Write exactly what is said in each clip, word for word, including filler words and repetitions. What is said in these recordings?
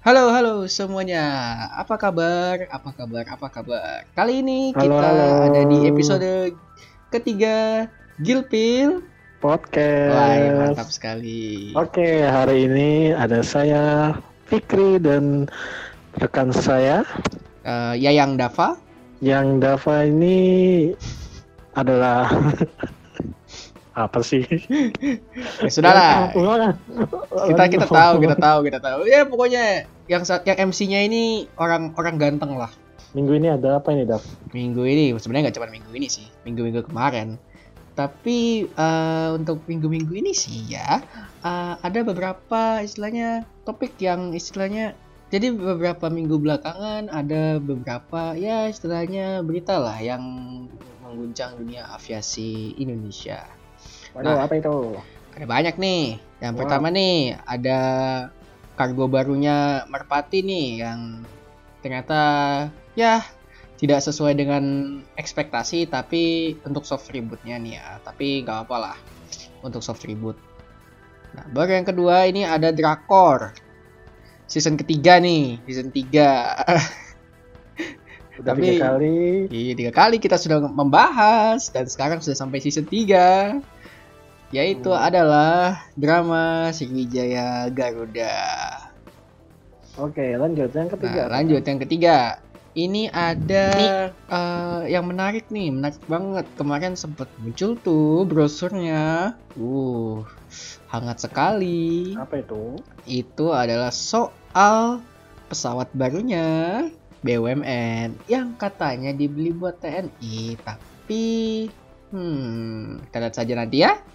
Halo, halo semuanya. Apa kabar? Apa kabar? Apa kabar? Kali ini Halo, kita halo. ada di episode ketiga Gilpil. Wah, mantap Podcast. sekali. Oke, hari ini ada saya, Fikri, dan rekan saya, Eh, Yayang Dava. yang Dava ini adalah apa sih? Ya Yang sudahlah. ulang. Kita kita tahu, kita tahu, kita tahu. Ya pokoknya yang sa- yang M C-nya ini orang orang ganteng lah. Minggu ini ada apa ini, Dav? Minggu ini sebenarnya nggak cuma minggu ini sih, minggu-minggu kemarin. Tapi eh, untuk minggu-minggu ini sih ya eh, ada beberapa istilahnya topik yang istilahnya jadi beberapa minggu belakangan ada beberapa ya istilahnya berita lah yang mengguncang dunia aviasi Indonesia. Waduh, Nah, apa itu? ada banyak nih. Yang Wow. pertama nih ada kargo barunya Merpati nih yang ternyata ya tidak sesuai dengan ekspektasi, tapi untuk soft rebootnya nih ya, tapi nggak apa lah untuk soft reboot. Nah, baru yang kedua ini ada Drakor season ketiga nih, season tiga. Udah Tapi tiga kali. iya, tiga kali kita sudah membahas dan sekarang sudah sampai season tiga, yaitu Hmm. adalah drama Sriwijaya Garuda. Oke, lanjut. Yang ketiga Nah, apa, lanjut Dav? yang ketiga. Ini ada eh, yang menarik nih, menarik banget. Kemarin sempat muncul tuh brosurnya. Uh, hangat sekali. Apa itu? Itu adalah soal pesawat barunya B U M N yang katanya dibeli buat T N I, tapi hmm, kita lihat saja nanti ya.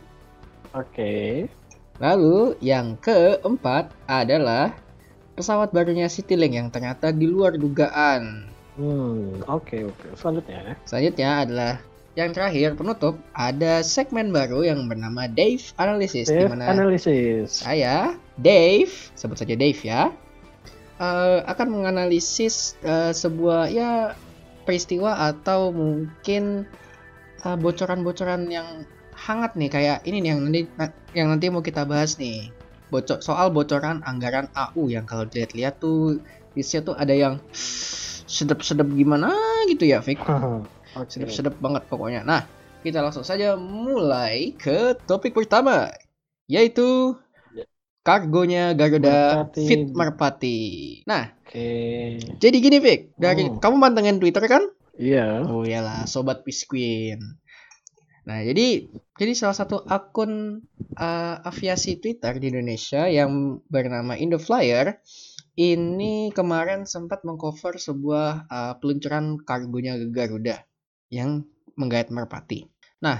Oke. Lalu yang keempat adalah pesawat barunya Citylink yang ternyata di luar dugaan. Hmm, oke, oke. Selanjutnya. Selanjutnya adalah yang terakhir penutup ada segmen baru yang bernama Dave Analysis di Dave mana Analysis. saya Dave, sebut saja Dave ya, eh, akan menganalisis eh, sebuah ya peristiwa atau mungkin eh, bocoran-bocoran yang hangat nih kayak ini nih yang nanti yang nanti mau kita bahas nih. Bocor soal bocoran anggaran A U yang kalau dilihat-lihat tuh listnya tuh ada yang sedep-sedep gimana gitu ya, Fik. Oke. Sedep-sedep banget pokoknya. Nah, kita langsung saja mulai ke topik pertama, yaitu kargonya Garuda Merpati. Fit Merpati. Nah, Oke. jadi gini, Fik. Dari Hmm. kamu mantengin Twitter kan? Iya. Oh iyalah, sobat Pisqueen. Nah, jadi jadi salah satu akun uh, aviasi Twitter di Indonesia yang bernama Indoflyer ini kemarin sempat mengcover sebuah uh, peluncuran kargonya Garuda yang menggait Merpati. Nah,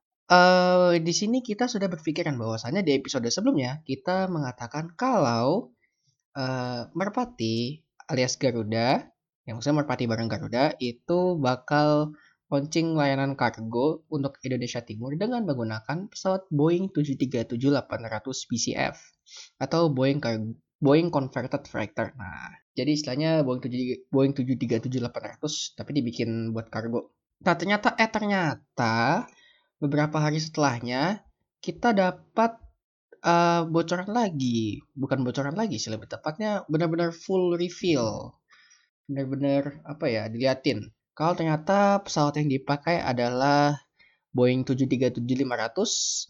uh, di sini kita sudah berpikiran bahwasannya di episode sebelumnya kita mengatakan kalau uh, Merpati alias Garuda, yang maksudnya Merpati bareng Garuda itu bakal launching layanan kargo untuk Indonesia Timur dengan menggunakan pesawat Boeing tujuh tiga tujuh delapan ratus B C F atau Boeing Cargo, Boeing Converted Freighter. Nah, jadi istilahnya Boeing tujuh Boeing tujuh tiga tujuh delapan ratus tapi dibikin buat kargo. Nah, ternyata eh ternyata beberapa hari setelahnya kita dapat uh, bocoran lagi, bukan bocoran lagi sih lebih tepatnya benar-benar full reveal, benar-benar apa ya diliatin. Kalau ternyata pesawat yang dipakai adalah Boeing tujuh tiga tujuh lima ratus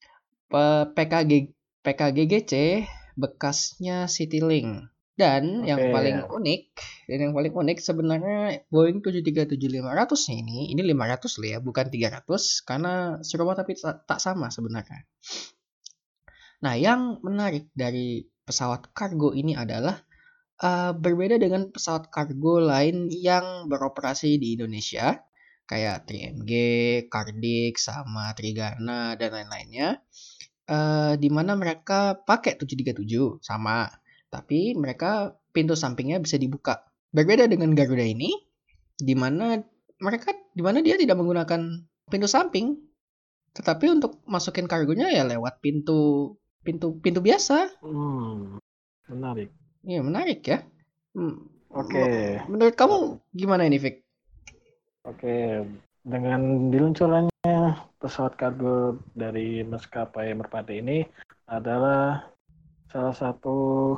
P K G P K G G C bekasnya Citylink. Dan Oke. yang paling unik, dan yang paling unik sebenarnya Boeing tujuh tiga tujuh lima ratus ini, ini lima ratus loh ya, bukan tiga ratus karena serupa tapi tak, tak sama sebenarnya. Nah, yang menarik dari pesawat kargo ini adalah uh, berbeda dengan pesawat kargo lain yang beroperasi di Indonesia, kayak tiga M G, Kardik, sama Trigana, dan lain-lainnya, uh, di mana mereka pakai tujuh tiga tujuh, sama, tapi mereka pintu sampingnya bisa dibuka. Berbeda dengan Garuda ini, di mana mereka, di mana dia tidak menggunakan pintu samping, tetapi untuk masukin kargonya ya lewat pintu pintu pintu biasa. Hmm, menarik. Iya, menarik ya. Hmm, Oke. menurut kamu gimana ini, Vic? Oke. Dengan diluncurannya pesawat kargo dari maskapai Merpati ini adalah salah satu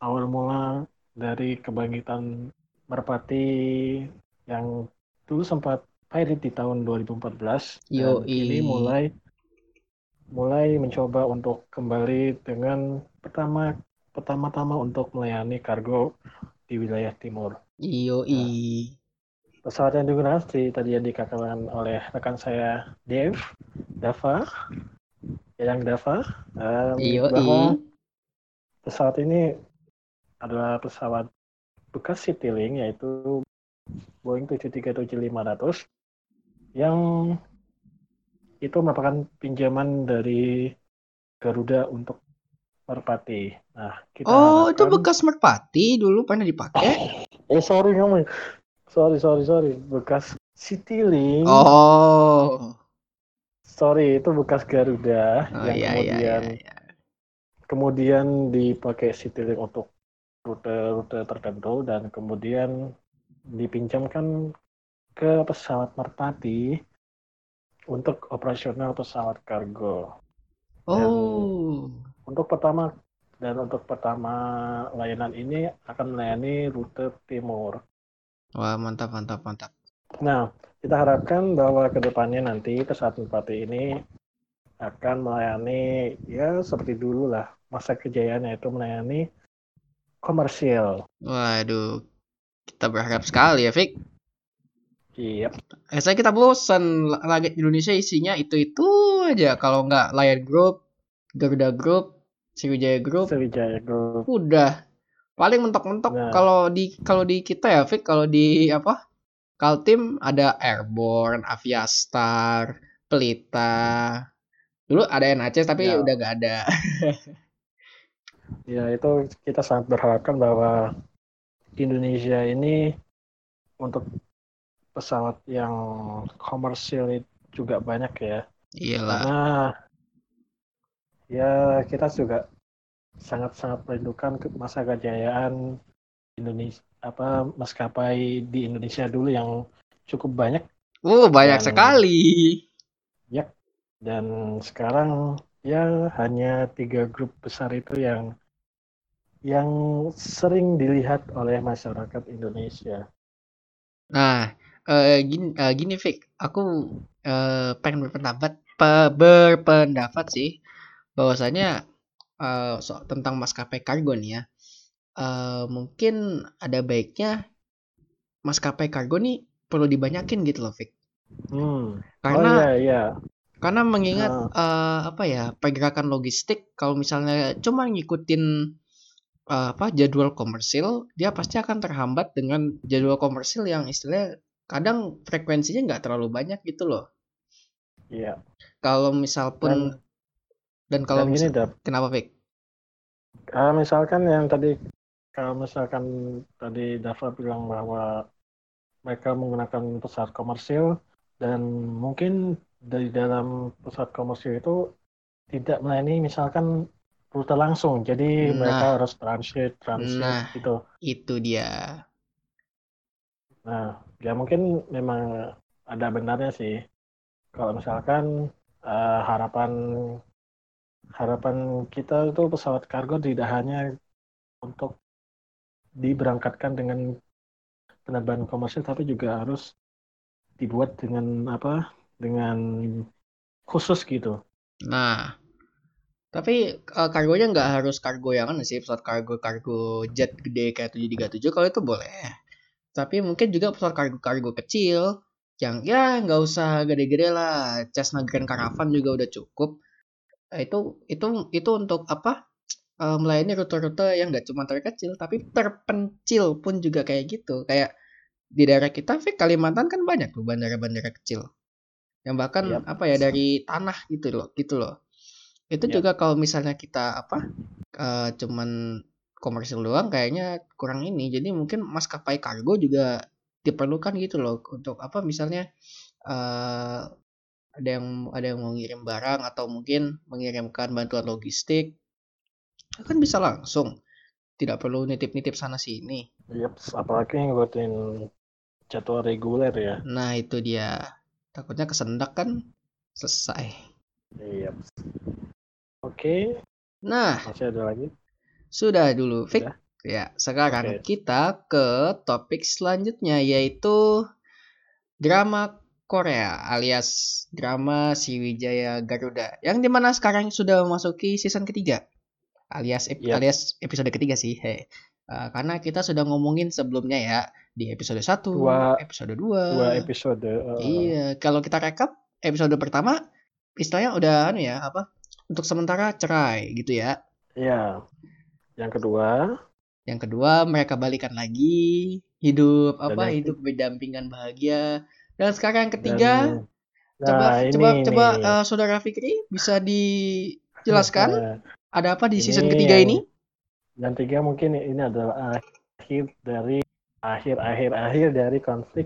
awal mula dari kebangkitan Merpati yang dulu sempat pahit di tahun dua ribu empat belas dan Yoi. kini mulai mulai mencoba untuk kembali dengan pertama pertama-tama untuk melayani kargo di wilayah timur. Yoi. Nah, pesawat yang digunakan seperti tadi yang dikatakan oleh rekan saya Dave, Dava, yang Dava, um, Yoi. bahwa pesawat ini adalah pesawat bekas Citylink yaitu Boeing tujuh tiga tujuh lima ratus yang itu merupakan pinjaman dari Garuda untuk Merpati. Nah, kita Oh, itu harapkan bekas Merpati dulu pernah dipakai? eh sorry ngomong sorry sorry sorry bekas Citylink. Oh. Sorry, itu bekas Garuda Oh yang iya iya iya kemudian iya. kemudian dipakai Citylink untuk rute-rute tertentu dan kemudian dipinjamkan ke pesawat Merpati untuk operasional pesawat kargo. Dan Oh. untuk pertama dan untuk pertama layanan ini akan melayani rute timur. Wah, mantap mantap mantap. Nah, kita harapkan bahwa kedepannya nanti pesawat Merpati ini akan melayani ya seperti dulu lah masa kejayaan yaitu melayani komersial. Waduh, kita berharap sekali ya, Fik. Iya, Eh, saya kita bosan lagi Indonesia isinya itu-itu aja. Kalau nggak Lion Group, Garuda Group, Sriwijaya Group, Sriwijaya Group. udah paling mentok-mentok Nah, kalau di kalau di kita ya, Fik, kalau di apa? Kaltim ada Airborne, Aviastar, Pelita. Dulu ada N A C tapi ya, udah gak ada. ya itu kita sangat berharapkan bahwa Indonesia ini untuk pesawat yang komersil itu juga banyak ya. Iyalah. Karena ya kita juga sangat-sangat merindukan masa kejayaan Indonesia apa maskapai di Indonesia dulu yang cukup banyak Uh, banyak dan sekali. ya dan sekarang ya hanya tiga grup besar itu yang yang sering dilihat oleh masyarakat Indonesia. Nah, eh, gini, eh, gini Fik, aku eh, pengen berpendapat, pe- berpendapat sih, bahwasanya eh, so, tentang maskapai kargo nih ya, eh, mungkin ada baiknya maskapai kargo nih perlu dibanyakin gitu loh, Fik. Hmm. Oh iya Karena iya. karena mengingat Nah, eh, apa ya pergerakan logistik, kalau misalnya cuma ngikutin eh, apa jadwal komersil, dia pasti akan terhambat dengan jadwal komersil yang istilahnya kadang frekuensinya nggak terlalu banyak gitu loh. iya. Kalau misal pun Dan dan kalau dan gini misal Dap, kenapa Fik? ah, misalkan yang tadi kalau misalkan tadi Dava bilang bahwa mereka menggunakan pesawat komersil dan mungkin dari dalam pesawat komersil itu tidak melayani misalkan rute langsung, jadi mereka Nah, harus transit transit nah gitu. itu dia. Nah, ya mungkin memang ada benarnya sih. Kalau misalkan eh, harapan harapan kita itu pesawat kargo tidak hanya untuk diberangkatkan dengan penerbangan komersil, tapi juga harus dibuat dengan apa? Dengan khusus gitu. Nah, tapi eh, kargonya nggak harus kargo yang mana sih, pesawat kargo kargo jet gede kayak tujuh tiga tujuh kalau itu boleh. Tapi mungkin juga pesawat kargo-kargo kecil yang ya nggak usah gede-gede lah. Cessna Grand Caravan juga udah cukup. Nah, itu itu itu untuk apa? Eh, melayani rute-rute yang nggak cuma terkecil tapi terpencil pun juga kayak gitu. Kayak di daerah kita, Fik, Kalimantan kan banyak tuh bandara-bandara kecil yang bahkan Yap, apa ya dari tanah gitu loh, gitu loh. Itu yap, juga kalau misalnya kita apa eh, cuman komersil doang kayaknya kurang ini. Jadi mungkin maskapai kargo juga diperlukan gitu loh untuk apa misalnya eh, ada yang ada yang mau ngirim barang atau mungkin mengirimkan bantuan logistik kan bisa langsung, tidak perlu nitip-nitip sana sini. yap. Apalagi ngikutin jadwal reguler ya. Nah itu dia, takutnya kesendak kan selesai. Yap. Oke, Nah masih ada lagi? sudah dulu Fik, Sudah? Ya, sekarang Oke. kita ke topik selanjutnya yaitu drama Korea alias drama Sriwijaya Garuda yang dimana sekarang sudah memasuki season ketiga alias ep- Yap. alias episode ketiga sih. Hey. Uh, karena kita sudah ngomongin sebelumnya ya di episode satu, Dua episode dua dua. episode. Uh, Iya, kalau kita rekap episode pertama istilahnya udah anu ya, apa? Untuk sementara cerai gitu ya. ya. Yang kedua Yang kedua mereka balikan lagi, hidup dan apa? yang Hidup berdampingan bahagia. Dan sekarang yang dan ketiga, nah coba ini coba coba nih. uh, Saudara Fikri bisa dijelaskan ada apa di Ini season ketiga yang ini? dan tiga mungkin ini adalah akhir dari akhir akhir akhir dari konflik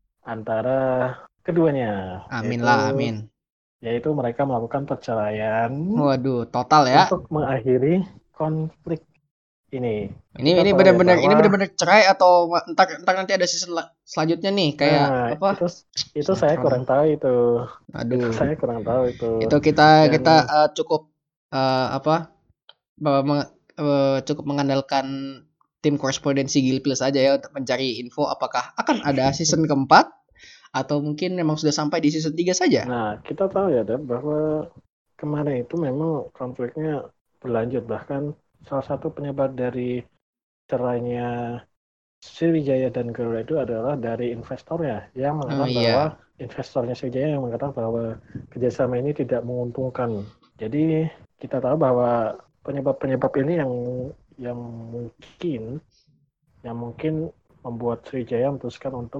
antara keduanya, Amin yaitu lah, amin. yaitu mereka melakukan perceraian Waduh, total ya. untuk mengakhiri konflik ini. Ini Kita ini tahu ya benar-benar ini bahwa benar-benar cerai atau entar, entar nanti ada season la- selanjutnya nih kayak nah apa? itu itu saya kurang Sinetron. tahu itu. Itu Aduh. saya kurang tahu itu. Itu kita Dan kita uh, cukup uh, apa? uh, meng- uh, cukup mengandalkan tim korespondensi Gilpil saja ya untuk mencari info apakah akan ada season keempat atau mungkin memang sudah sampai di season tiga saja. nah, kita tahu ya Dap, bahwa kemarin itu memang konfliknya berlanjut, bahkan salah satu penyebab dari cerainya Sriwijaya dan Garuda itu adalah dari investornya yang Oh mengatakan bahwa iya. investornya Sriwijaya yang mengatakan bahwa kerjasama ini tidak menguntungkan. Jadi kita tahu bahwa penyebab-penyebab ini yang yang mungkin yang mungkin membuat Sriwijaya memutuskan untuk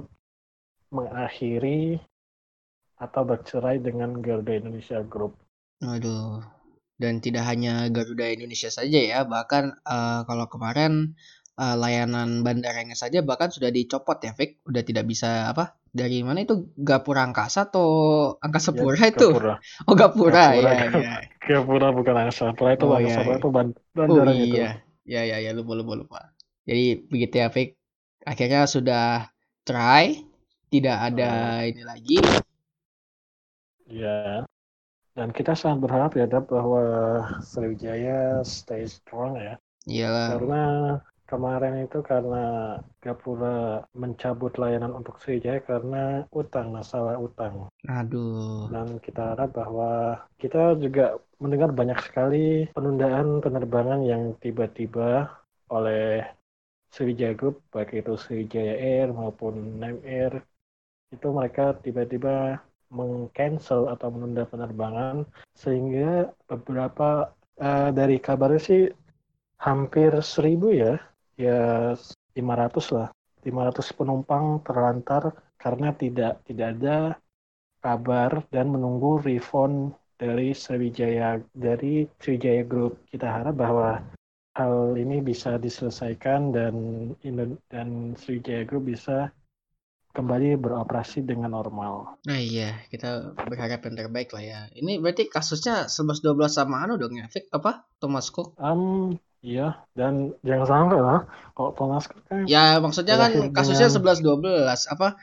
mengakhiri atau bercerai dengan Garuda Indonesia Group. Waduh. Dan tidak hanya Garuda Indonesia saja ya, bahkan uh, kalau kemarin uh, layanan bandaranya saja bahkan sudah dicopot ya, Fik. Udah tidak bisa apa? Dari mana itu Gapura Angkasa atau Angkasa Ya, Pura itu? Gapura. Oh, Gapura Gapura, ya, ya. Gapura bukan Angkasa Pura, itu Oh Angkasa ya, Pura ya. itu Oh bandaranya itu. iya. Ya, ya, ya, lupa, lupa, lupa. Jadi begitu ya, Fik. Akhirnya sudah try, tidak ada Uh, ini lagi. ya, dan kita sangat berharap ya Dap, bahwa Sriwijaya stay strong ya. Iyalah. Karena kemarin itu karena Gapura mencabut layanan untuk Sriwijaya karena utang, masalah utang. Aduh. Dan kita harap bahwa kita juga mendengar banyak sekali penundaan penerbangan yang tiba-tiba oleh Sriwijaya Group, baik itu Sriwijaya Air maupun Name Air, itu mereka tiba-tiba meng-cancel atau menunda penerbangan, sehingga beberapa uh, dari kabarnya sih hampir seribu ya, ya lima ratus lah, lima ratus penumpang terlantar karena tidak tidak ada kabar dan menunggu refund dari Sriwijaya dari Sriwijaya Group. Kita harap bahwa hal ini bisa diselesaikan dan dan Sriwijaya Group bisa kembali beroperasi dengan normal. Nah iya, kita berharap yang terbaik lah ya. Ini berarti kasusnya sebelas dua belas sama anu dong ya, Fik? Apa? Thomas Cook? Um, iya, dan jangan sampai lah, kalau Thomas Cook kan Ya maksudnya kan berakhir kasusnya dengan sebelas dua belas apa?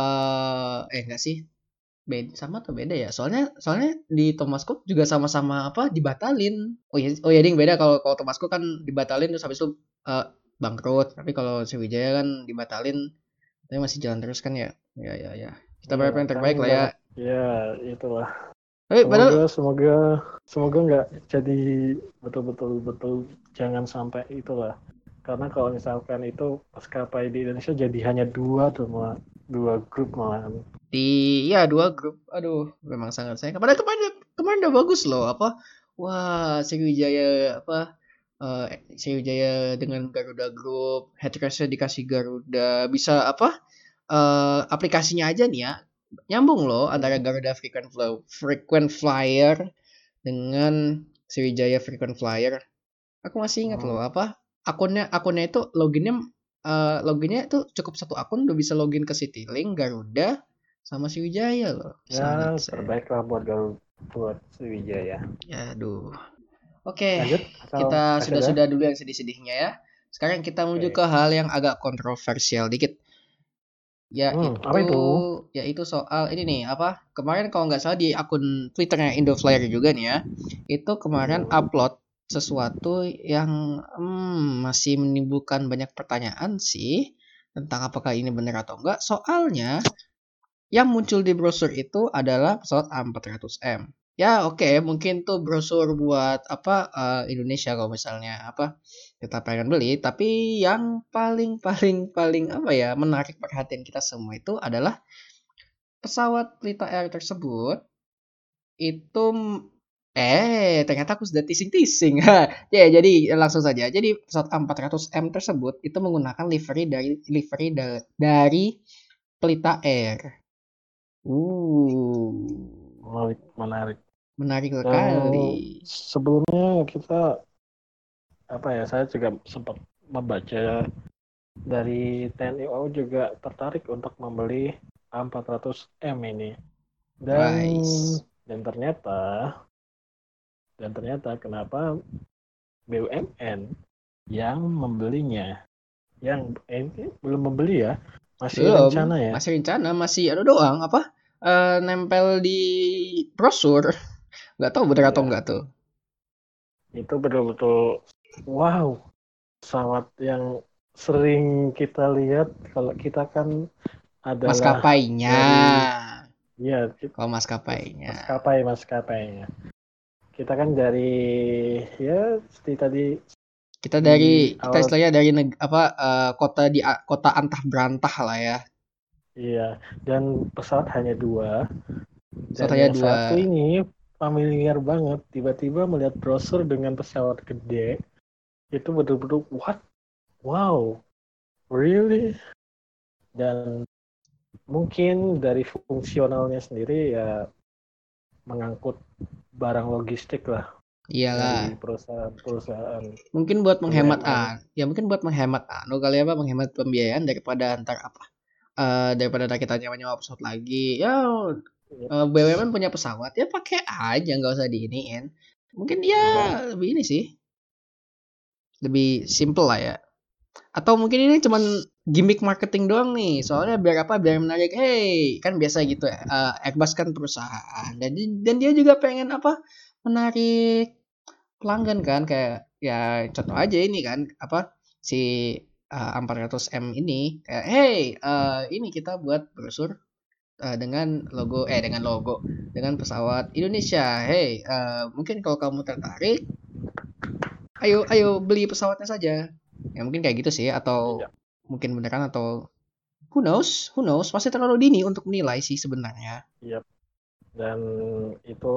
Eh eh enggak sih? Beda sama atau beda ya? Soalnya soalnya di Thomas Cook juga sama-sama apa dibatalin. Oh iya, oh iya ding beda kalau kalau Thomas Cook kan dibatalin terus habis itu eh, bangkrut. Tapi kalau Sriwijaya kan dibatalin tapi masih jalan terus kan ya. Ya ya ya. Kita iya berharap yang kan terbaik lah ya. banyak ya itulah. Tapi Semoga padahal semoga semoga nggak jadi betul-betul betul jangan sampai itulah. Karena kalau misalkan itu maskapai di Indonesia jadi hanya dua tuh malah dua grup malahan. di ya dua grup. Aduh, memang sangat sayang. Padahal kemarin kemarin udah bagus loh apa? Wah, Sriwijaya apa? eh Sriwijaya dengan Garuda Group, headrace dikasih Garuda, bisa apa? eh aplikasinya aja nih ya. Nyambung loh antara Hmm. Garuda Frequent Flow, Frequent Flyer dengan Sriwijaya Frequent Flyer. Aku masih ingat loh Hmm. apa? Akunnya akunnya itu loginnya eh loginnya itu cukup satu akun udah bisa login ke Citylink, Garuda, sama Sriwijaya loh. Ya Sangat sayang. terbaiklah buat Garuda buat Sriwijaya. Ya, aduh. Oke, Lanjut atau kita masih ada? sudah-sudah dulu yang sedih-sedihnya ya. Sekarang kita menuju Oke. ke hal yang agak kontroversial dikit. Hmm, apa Yaitu itu? yaitu soal ini nih, apa? Kemarin kalau nggak salah di akun Twitternya Indoflyer juga nih ya. Itu kemarin Hmm. upload sesuatu yang hmm, masih menimbulkan banyak pertanyaan sih tentang apakah ini benar atau enggak. Soalnya yang muncul di brosur itu adalah pesawat A empat ratus M. Ya oke, okay, mungkin tuh brosur buat apa uh, Indonesia kalau misalnya apa kita pengen beli. Tapi yang paling paling paling apa ya menarik perhatian kita semua itu adalah pesawat Pelita Air tersebut itu eh ternyata aku sudah teasing-teasing. Ya, jadi langsung saja. Jadi pesawat A empat ratus M tersebut itu menggunakan livery dari livery da- dari Pelita Air. Uh, Menarik, menarik. menarik Dan sekali. sebelumnya kita apa ya, saya juga sempat membaca dari T N I A U juga tertarik untuk membeli A empat ratus M ini. Dan Wise. dan ternyata dan ternyata kenapa B U M N yang membelinya, yang eh, ini belum membeli ya, masih Belum, rencana ya. masih rencana, masih ada doang apa? Eh, nempel di brosur. Nggak tahu bener atau Iya, enggak tuh. itu betul-betul wow, pesawat yang sering kita lihat kalau kita kan adalah Maskapainya. dari ya Kalau maskapainya. maskapai maskapainya. Kita kan dari ya seperti tadi Kita di dari kita awal, istilahnya dari neg- apa eh, kota di kota antah berantah lah ya. iya, dan pesawat hanya dua, dan Soalnya yang dua. satu ini familiar banget, tiba-tiba melihat brosur dengan pesawat gede itu betul-betul what, wow, really. Dan mungkin dari fungsionalnya sendiri ya mengangkut barang logistik lah Iyalah. dari perusahaan-perusahaan Mungkin buat menghemat B U M N. ah, ya mungkin buat menghemat anu kali apa menghemat pembiayaan daripada antar apa eh daripada antar kita nyawa-nyawa pesawat lagi. Ya eh, B U M N punya pesawat ya pakai aja nggak usah diiniin. Mungkin ya Iya, lebih ini sih, lebih simple lah ya. Atau mungkin ini cuman gimmick marketing doang nih. Soalnya biar apa? Biar menarik. Hey, kan biasa gitu ya. eh, Airbus kan perusahaan dan di- dan dia juga pengen apa? Menarik pelanggan kan kayak ya contoh aja ini kan apa si uh, empat ratus M ini kayak hey eh, ini kita buat brosur eh, dengan logo eh dengan logo dengan pesawat Indonesia. Hey, eh, mungkin kalau kamu tertarik, ayo ayo beli pesawatnya saja. Ya mungkin kayak gitu sih atau iya, mungkin beneran atau who knows, who knows, masih terlalu dini untuk menilai sih sebenarnya. iya. Dan itu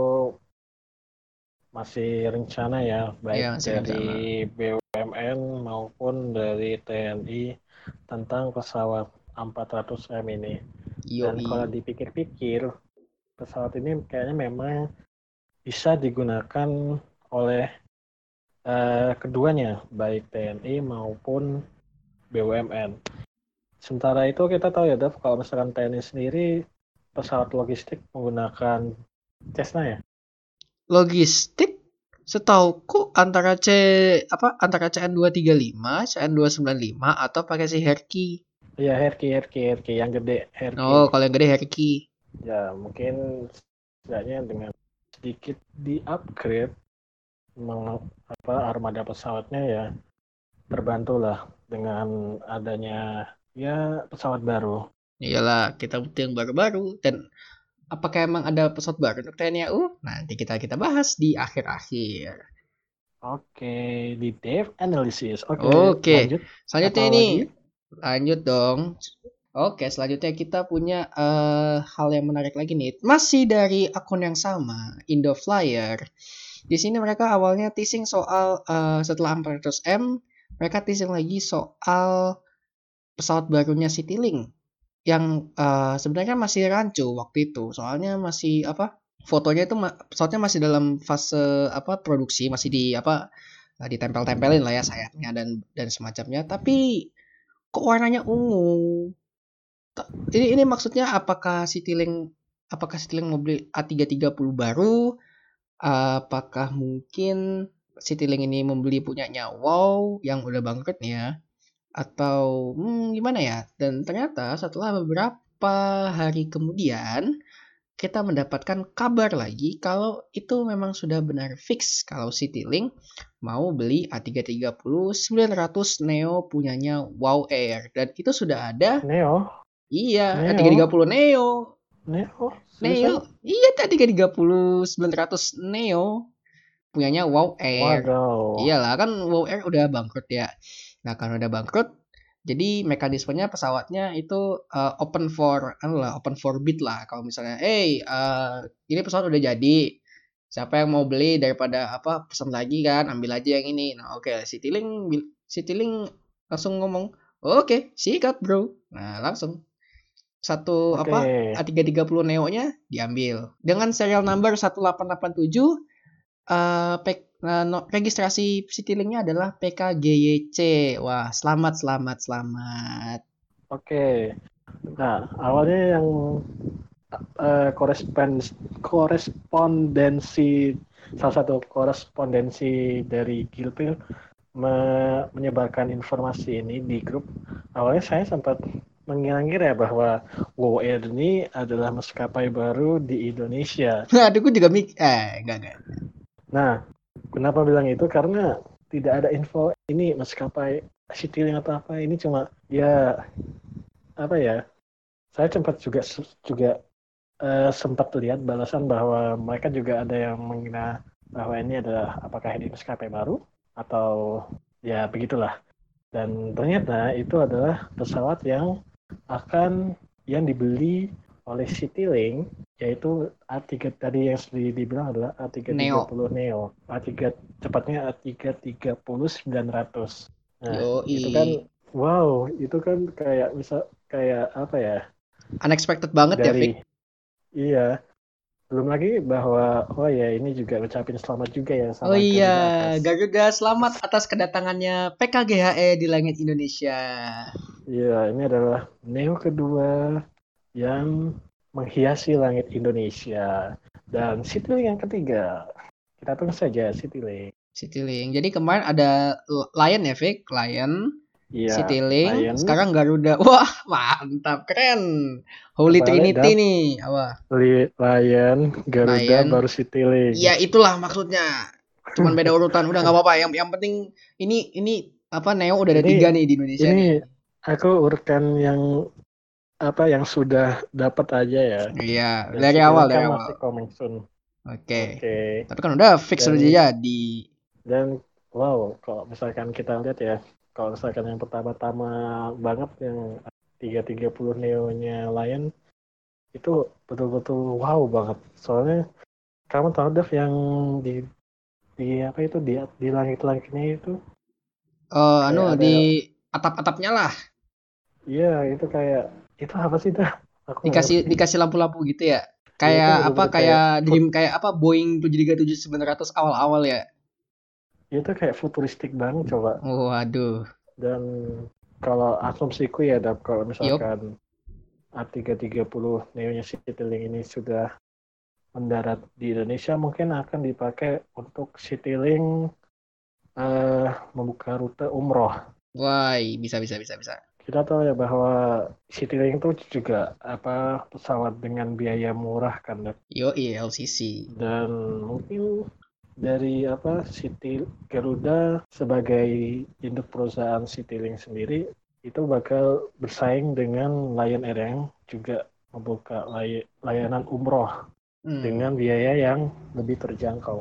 masih rencana ya, Iya baik masih dari rencana. B U M N maupun dari T N I tentang pesawat A empat ratus M ini. Dan Yoi. kalau dipikir-pikir, pesawat ini kayaknya memang bisa digunakan oleh eh, keduanya, baik T N I maupun B U M N. Sementara itu kita tahu ya, Dev, kalau misalkan T N I sendiri pesawat logistik menggunakan Cessna ya. Logistik setauku antara C apa antara C N dua tiga lima, C N dua sembilan lima atau pakai si Herky. Iya, Herky, Herky, Herky yang gede, Herky. Oh, kalau yang gede Herky. Ya, mungkin setidaknya dengan sedikit di-upgrade meng- apa armada pesawatnya ya terbantulah dengan adanya ya pesawat baru. Iyalah, kita butuh yang baru-baru dan apakah emang ada pesawat baru untuk T N I A U? Nanti kita kita bahas di akhir-akhir. Oke, di Dave Analysis. Oke, Oke, lanjut. Apa selanjutnya ini lagi? lanjut dong. Oke, selanjutnya kita punya eh, hal yang menarik lagi nih. Masih dari akun yang sama, Indoflyer. Di sini mereka awalnya teasing soal eh, setelah empat ratus M, mereka teasing lagi soal pesawat barunya Citylink yang eh, sebenarnya masih rancu waktu itu. Soalnya masih apa? Fotonya itu ma- pesawatnya masih dalam fase apa produksi, masih di apa eh, ditempel-tempelin lah ya sayapnya dan dan semacamnya. Tapi kok warnanya ungu? Ta- Ini ini maksudnya apakah Citylink apakah Citylink mau beli A tiga tiga nol baru? Apakah mungkin Citylink ini membeli punyanya Wow yang udah bangkrut nih ya? Atau hmm, gimana ya? Dan ternyata setelah beberapa hari kemudian kita mendapatkan kabar lagi kalau itu memang sudah benar fix kalau Citylink mau beli A tiga tiga nol sembilan ratus Neo punyanya Wow Air, dan itu sudah ada. Neo, Iya, A tiga Neo, tiga nol Neo. Neo, Neo. seriusan? Iya, A tiga tiga nol sembilan ratus Neo punyanya Wow Air. Waduh. Iyalah, kan Wow Air udah bangkrut ya. Nah, karena udah bangkrut, jadi mekanismenya pesawatnya itu uh, open for anu lah, open for bid lah. Kalau misalnya, "Hey, uh, ini pesawat udah jadi. Siapa yang mau beli daripada apa pesan lagi kan, ambil aja yang ini." Nah, oke, okay, Citylink Citylink langsung ngomong, "Oke, okay, sikat, Bro." Nah, langsung satu Oke. apa A tiga tiga nol Neo-nya diambil dengan serial number satu delapan delapan tujuh. Uh, P, uh, no, registrasi Citylink-nya adalah P K G Y C. Wah, selamat, selamat, selamat. Oke. Nah, awalnya yang uh, korespons korespondensi salah satu korespondensi dari Gilpil me- menyebarkan informasi ini di grup. Awalnya saya sempat mengira-ngira bahwa Wow Air ini adalah maskapai baru di Indonesia. Aduh, gue juga mik eh enggak enggak. Nah, kenapa bilang itu? Karena tidak ada info ini maskapai Citylink atau apa. Ini cuma ya apa ya? Saya sempat juga juga uh, sempat lihat balasan bahwa mereka juga ada yang mengira bahwa ini adalah apakah ini maskapai baru atau ya begitulah. Dan ternyata itu adalah pesawat yang akan yang dibeli oleh Citylink, yaitu A tiga tadi yang sudah dibilang adalah A tiga tiga nol Neo. A tiga cepatnya A tiga tiga nol sembilan ratus. Nah, Yoi. itu kan wow, itu kan kayak bisa kayak apa ya? Unexpected banget ya, Dari Vic. iya. Belum lagi bahwa oh ya ini juga ucapin selamat juga ya sama Oh iya, Garuda atas. Garuda selamat atas kedatangannya P K G H E di langit Indonesia. Iya, ini adalah Neo kedua yang menghiasi langit Indonesia. Dan Citylink yang ketiga. Kita tunggu saja Citylink. Citylink. Jadi kemarin ada Lion ya, Vic? Lion, Iya, Citylink, Lion. sekarang Garuda. Wah, mantap, keren. Holy Kebalik, Trinity dan nih, apa? Lion, Garuda, Lion. baru Citylink. Iya, itulah maksudnya. Cuman beda urutan, udah nggak apa-apa. Yang yang penting ini ini apa Neo udah ada Ini tiga nih di Indonesia ini nih. aku urutkan yang apa yang sudah dapat aja ya. Iya, Dan dari Citylink awal kan dari awal. masih coming soon. Oke. Oke. Tapi kan udah fix Dan- udah jadi. Dan wow, kalau misalkan kita lihat ya, kalau misalkan yang pertama-tama banget yang tiga tiga nol Neo-nya Lion itu betul-betul wow banget. Soalnya kamu tahu Dev yang di di apa itu di di langit-langitnya itu Oh, kayak anu ada di atap-atapnya lah. iya itu kayak itu apa sih dah? Aku nggak Dikasih ngerti. dikasih lampu-lampu gitu ya. Iya, itu Kayak apa bener-bener kayak kayak Dream kayak apa Boeing tujuh tiga tujuh sembilan ratus awal-awal ya. itu kayak futuristik banget coba. Waduh. Dan kalau asumsiku ya Dev, kalau Yup. misalkan A tiga tiga nol Neo-nya Citylink ini sudah mendarat di Indonesia, mungkin akan dipakai untuk Citylink uh, membuka rute umroh. Wah, bisa bisa bisa bisa. Kita tahu ya bahwa Citylink itu juga apa pesawat dengan biaya murah kan, Dev. Yo, L C C. Dan mungkin dari apa City Garuda sebagai induk perusahaan Citylink sendiri itu bakal bersaing dengan Lion Air yang juga membuka lay- layanan umroh Hmm. dengan biaya yang lebih terjangkau.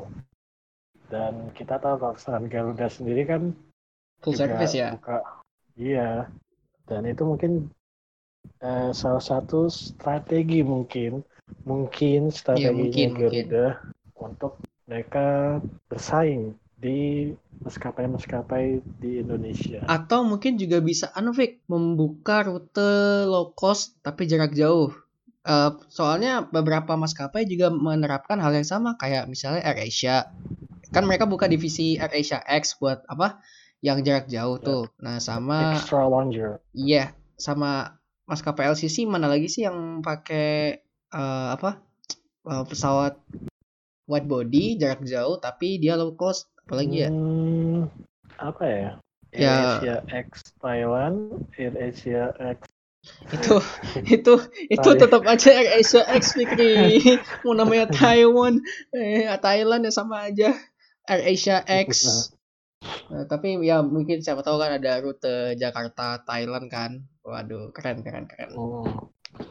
Dan kita tahu kalau perusahaan Garuda sendiri kan Full juga service ya. buka, iya. Dan itu mungkin eh, salah satu strategi mungkin, mungkin strateginya mungkin, Garuda untuk mereka bersaing di maskapai-maskapai di Indonesia. Atau mungkin juga bisa anu Vic, membuka rute low cost tapi jarak jauh. Uh, soalnya beberapa maskapai juga menerapkan hal yang sama kayak misalnya AirAsia. Kan mereka buka divisi AirAsia X buat apa? Yang jarak jauh tuh. Nah, sama Extra Lounger. iya, sama maskapai L C C mana lagi sih yang pakai uh, apa? Uh, pesawat wide body jarak jauh tapi dia low cost apalagi ya? Hmm, apa ya? Ya. AirAsia X Thailand, AirAsia X itu itu itu Saya tetap aja AirAsia X, Fikri. Mau namanya Taiwan, eh Thailand ya sama aja. AirAsia X. Nah, tapi ya mungkin siapa tahu kan ada rute Jakarta Thailand kan. Waduh, keren keren keren. oh,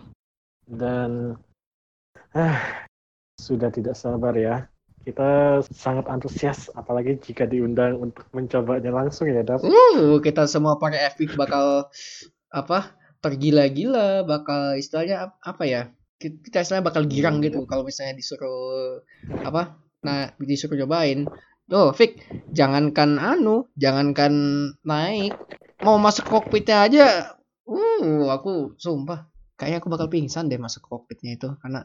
dan ah, sudah tidak sabar ya. Kita sangat antusias, apalagi jika diundang untuk mencobanya langsung ya, Dap. Uh, kita semua pakai Epic bakal apa? Tergila-gila, bakal istilahnya ap- apa ya? Ki- Kita istilahnya bakal girang Hmm, gitu kalau misalnya disuruh apa? Nah, disuruh cobain. Oh, Fik, jangankan anu, jangankan naik, mau masuk kokpitnya aja. Uh, aku sumpah, kayaknya aku bakal pingsan deh masuk kokpitnya itu karena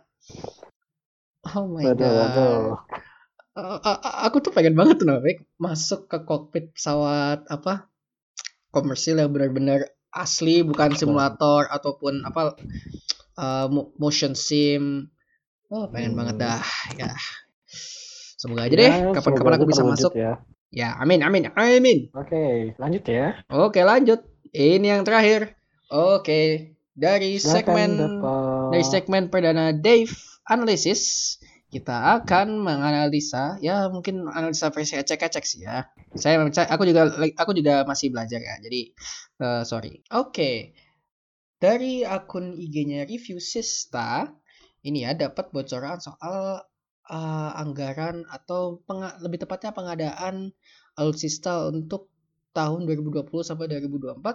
oh my waduh, god. waduh. A- a- a- aku tuh pengen banget tuh Fik, masuk ke kokpit pesawat apa komersil yang benar-benar asli, bukan Nah, simulator ataupun apa uh, motion sim. Oh, pengen banget hmm, dah. Ya, semoga aja ya, deh semoga kapan-kapan aja aku bisa terwujud masuk. ya. Ya, amin amin amin. Oke, lanjut ya. Oke, lanjut. Ini yang terakhir. Oke, dari Silakan, segmen dari dapat. segmen perdana Dave Analysis, kita akan menganalisa, ya mungkin analisa versi ecek-ecek sih ya. Saya aku juga aku juga masih belajar ya. Jadi uh, sorry. Oke, dari akun I G-nya Review Sista, ini ya dapat bocoran soal uh, anggaran atau penga- lebih tepatnya pengadaan alutsista untuk tahun dua ribu dua puluh sampai dua ribu dua puluh empat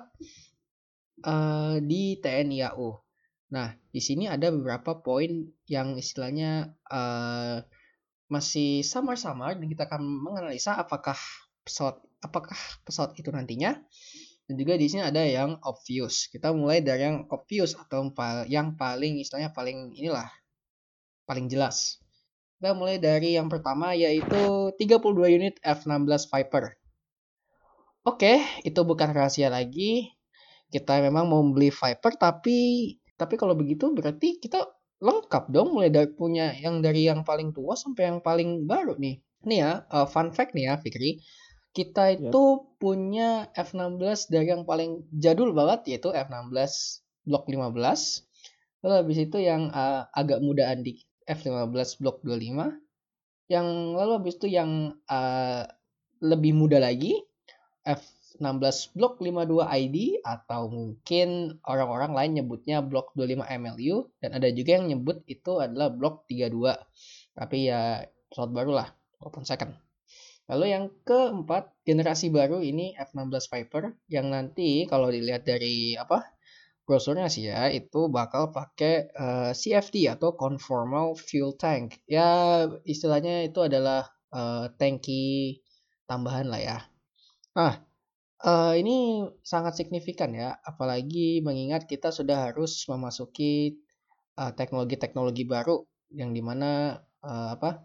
uh, di T N I A U. Nah, di sini ada beberapa poin yang istilahnya uh, masih samar-samar dan kita akan menganalisa apakah pesawat apakah pesawat itu nantinya, dan juga di sini ada yang obvious. Kita mulai dari yang obvious atau yang paling istilahnya paling inilah paling jelas. Kita mulai dari yang pertama yaitu tiga puluh dua unit F enam belas Viper. Oke, itu bukan rahasia lagi. Kita memang mau beli Viper, tapi tapi kalau begitu berarti kita lengkap dong, mulai dari punya yang dari yang paling tua sampai yang paling baru nih. Nih ya, uh, fun fact nih ya Fikri. Kita Yap. itu punya F enam belas dari yang paling jadul banget yaitu F enam belas Block lima belas. Lalu habis itu yang uh, agak mudaan di F lima belas Block dua puluh lima. Yang lalu habis itu yang uh, lebih muda lagi F enam belas Block lima puluh dua I D, atau mungkin orang-orang lain nyebutnya Block dua puluh lima M L U, dan ada juga yang nyebut itu adalah Block tiga puluh dua. Tapi ya pesawat baru lah, walaupun second. Lalu yang keempat, generasi baru ini F enam belas Viper yang nanti kalau dilihat dari apa brosurnya sih ya, itu bakal pakai uh, C F T atau Conformal Fuel Tank. Ya istilahnya itu adalah uh, tangki tambahan lah ya. Nah, uh, ini sangat signifikan ya, apalagi mengingat kita sudah harus memasuki uh, teknologi-teknologi baru yang dimana uh, apa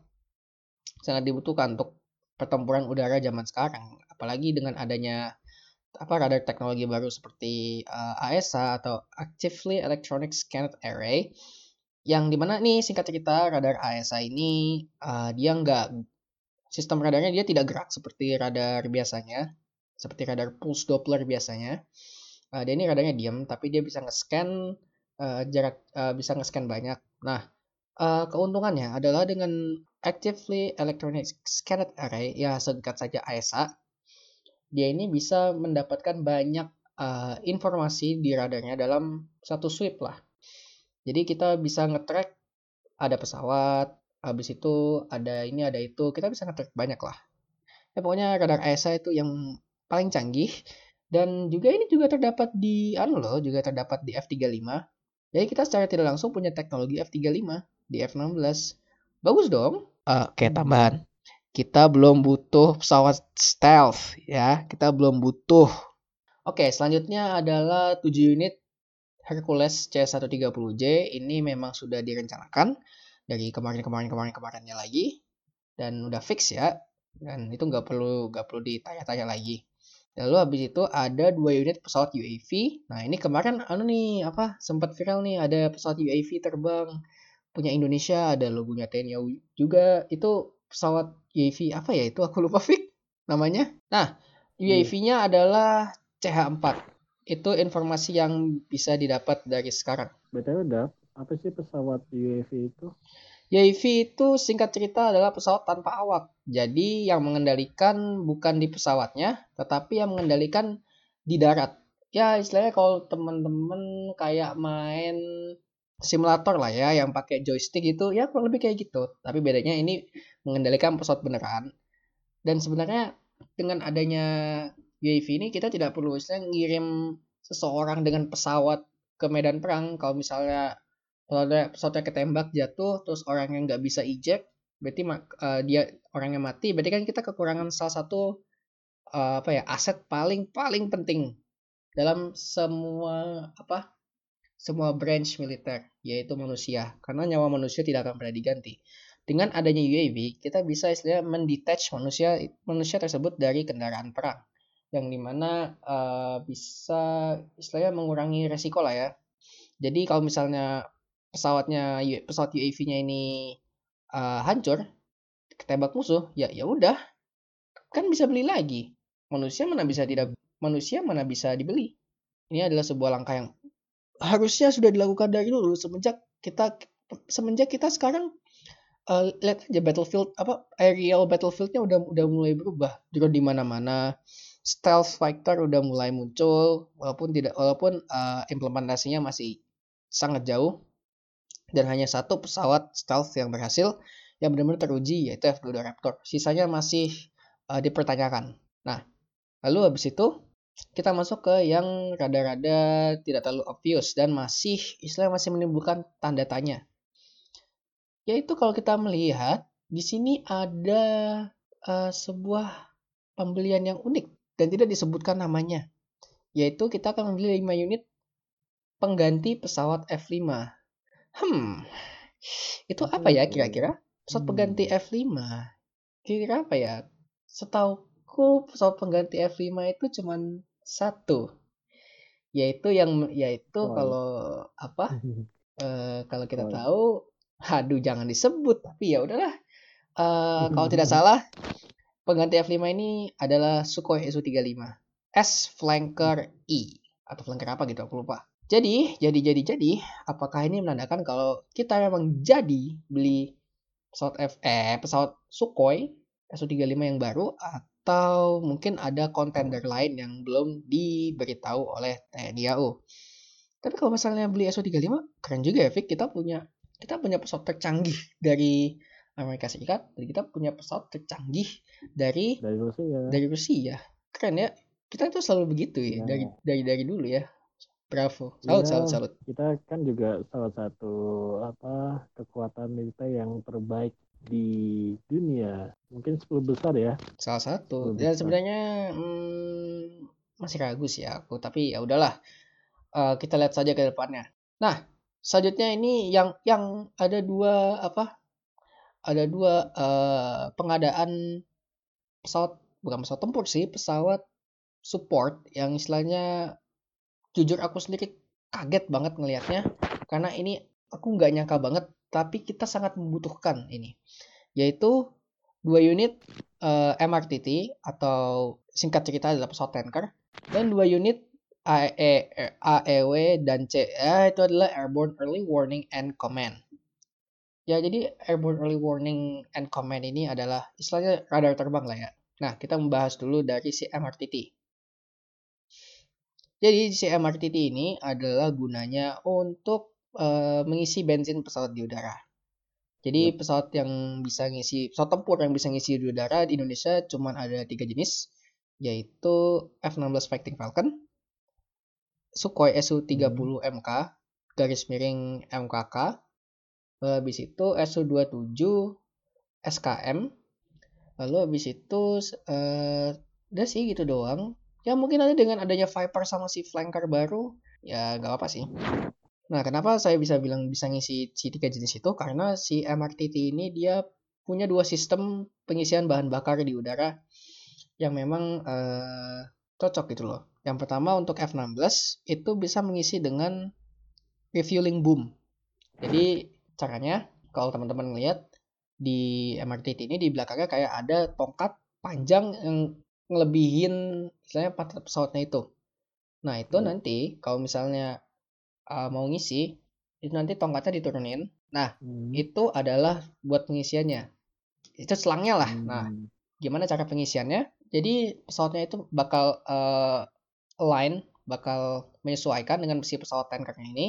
sangat dibutuhkan untuk pertempuran udara zaman sekarang. Apalagi dengan adanya apa radar teknologi baru seperti uh, A E S A atau Actively Electronic Scanned Array, yang dimana nih singkat cerita radar A E S A ini uh, dia nggak sistem radarnya dia tidak gerak seperti radar biasanya, seperti radar pulse Doppler biasanya. Uh, dia ini radarnya diam tapi dia bisa nge-scan uh, jarak uh, bisa nge-scan banyak. Nah, uh, keuntungannya adalah dengan Actively Electronic Scanned Array, ya singkat saja A E S A, dia ini bisa mendapatkan banyak uh, informasi di radarnya dalam satu sweep lah. Jadi kita bisa nge-track ada pesawat, habis itu ada ini ada itu, kita bisa nge-track banyak lah. Ya pokoknya radar A E S A itu yang paling canggih, dan juga ini juga terdapat di anu loh, juga terdapat di F tiga puluh lima. Jadi kita secara tidak langsung punya teknologi F tiga puluh lima di F enam belas. Bagus dong. Uh, Oke, okay, Hmm. tambahan. Kita belum butuh pesawat stealth ya. Kita belum butuh. Oke, selanjutnya adalah tujuh unit Hercules C seratus tiga puluh J. Ini memang sudah direncanakan dari kemarin-kemarin kemarin-kemarinnya lagi, dan udah fix ya. Dan itu nggak perlu nggak perlu ditanya-tanya lagi. Lalu habis itu ada dua unit pesawat U A V. Nah ini kemarin anu nih apa sempat viral nih, ada pesawat U A V terbang punya Indonesia, ada logonya T N I A U juga. Itu pesawat U A V apa ya itu aku lupa Fik namanya. Nah U A V-nya adalah C H empat. Itu informasi yang bisa didapat dari sekarang. B T W Dap, apa sih pesawat U A V itu? U A V itu singkat cerita adalah pesawat tanpa awak. Jadi yang mengendalikan bukan di pesawatnya, tetapi yang mengendalikan di darat. Ya istilahnya kalau teman-teman kayak main simulator lah ya, yang pakai joystick itu ya kurang lebih kayak gitu. Tapi bedanya ini mengendalikan pesawat beneran. Dan sebenarnya dengan adanya U A V ini kita tidak perlu istilahnya ngirim seseorang dengan pesawat ke medan perang. Kalau misalnya kalau ada pesawatnya ketembak jatuh terus orang yang nggak bisa eject, berarti uh, dia orangnya mati, berarti kan kita kekurangan salah satu uh, apa ya aset paling paling penting dalam semua apa semua branch militer, yaitu manusia, karena nyawa manusia tidak akan pernah diganti. Dengan adanya U A V, kita bisa istilahnya mendetach manusia manusia tersebut dari kendaraan perang, yang dimana uh, bisa istilahnya mengurangi resiko lah ya. Jadi kalau misalnya pesawatnya pesawat U A V-nya ini uh, hancur, ketembak musuh, ya ya udah, kan bisa beli lagi. Manusia mana bisa tidak manusia mana bisa dibeli. Ini adalah sebuah langkah yang harusnya sudah dilakukan dari dulu semenjak kita semenjak kita sekarang uh, lihat aja battlefield apa aerial battlefieldnya udah udah mulai berubah. Drone di mana-mana, stealth fighter udah mulai muncul walaupun tidak walaupun uh, implementasinya masih sangat jauh dan hanya satu pesawat stealth yang berhasil yang benar-benar teruji yaitu F dua puluh dua Raptor. Sisanya masih uh, dipertanyakan. Nah, lalu habis itu kita masuk ke yang rada-rada tidak terlalu obvious dan masih istilah masih menimbulkan tanda tanya. Yaitu kalau kita melihat di sini ada uh, sebuah pembelian yang unik dan tidak disebutkan namanya. Yaitu kita akan membeli lima unit pengganti pesawat F lima. Hmm, itu apa ya kira-kira? Pesawat pengganti F lima. Kira-kira apa ya? Setauku pesawat pengganti F lima itu cuma satu. Yaitu yang yaitu oh, kalau apa? uh, kalau kita oh, tahu, aduh jangan disebut, tapi ya udahlah. Uh, kalau tidak salah, pengganti F lima ini adalah Sukhoi S U tiga puluh lima S Flanker E atau Flanker apa gitu, aku lupa. Jadi, jadi, jadi, jadi, apakah ini menandakan kalau kita memang jadi beli pesawat F eh pesawat Sukhoi S U tiga puluh lima yang baru atau mungkin ada kontender lain yang belum diberitahu oleh T N I A U. Tapi kalau misalnya beli S U tiga puluh lima keren juga ya, Vic. Kita punya kita punya pesawat tercanggih dari Amerika Serikat dan kita punya pesawat tercanggih dari dari Rusia. Dari Rusia. Keren ya. Kita tuh selalu begitu ya, ya. dari dari dari dulu ya. Bravo. Salut, ya, salut, salut. Kita kan juga salah satu apa kekuatan militer yang terbaik di dunia. Mungkin sepuluh besar ya. Salah satu. Dan sebenarnya hmm, masih ragu sih aku, tapi ya udahlah. Uh, kita lihat saja ke depannya. Nah, selanjutnya ini yang yang ada dua apa? Ada dua uh, pengadaan pesawat, bukan pesawat tempur sih, pesawat support yang istilahnya jujur aku sendiri kaget banget ngelihatnya karena ini aku nggak nyangka banget, tapi kita sangat membutuhkan ini, yaitu dua unit uh, M R T T atau singkat cerita adalah pesawat tanker dan dua unit A E W dan C ya, itu adalah Airborne Early Warning and Command. Ya, jadi Airborne Early Warning and Command ini adalah istilahnya radar terbang lah ya. Nah, kita membahas dulu dari si M R T T. Jadi si M R T T ini adalah gunanya untuk uh, mengisi bensin pesawat di udara. Jadi pesawat yang bisa ngisi, pesawat tempur yang bisa ngisi di udara di Indonesia cuma ada tiga jenis, yaitu F enam belas Fighting Falcon, Sukhoi S U tiga puluh M K, garis miring M K K, habis itu S U dua puluh tujuh S K M, lalu habis itu uh, udah sih gitu doang. Ya mungkin nanti dengan adanya Viper sama si Flanker baru, ya nggak apa sih. Nah, kenapa saya bisa bilang bisa ngisi si tiga jenis itu? Karena si M R T T ini dia punya dua sistem pengisian bahan bakar di udara yang memang uh, cocok gitu loh. Yang pertama untuk F enam belas itu bisa mengisi dengan refueling boom. Jadi caranya kalau teman-teman lihat di M R T T ini di belakangnya kayak ada tongkat panjang yang ngelebihin istilahnya pesawatnya itu. Nah, itu Hmm. nanti kalau misalnya uh, mau ngisi, itu nanti tongkatnya diturunin. Nah, Hmm. itu adalah buat pengisiannya. Itu selangnya lah. Nah, Hmm. gimana cara pengisiannya? Jadi pesawatnya itu bakal uh, align, bakal menyesuaikan dengan si pesawat tankernya ini.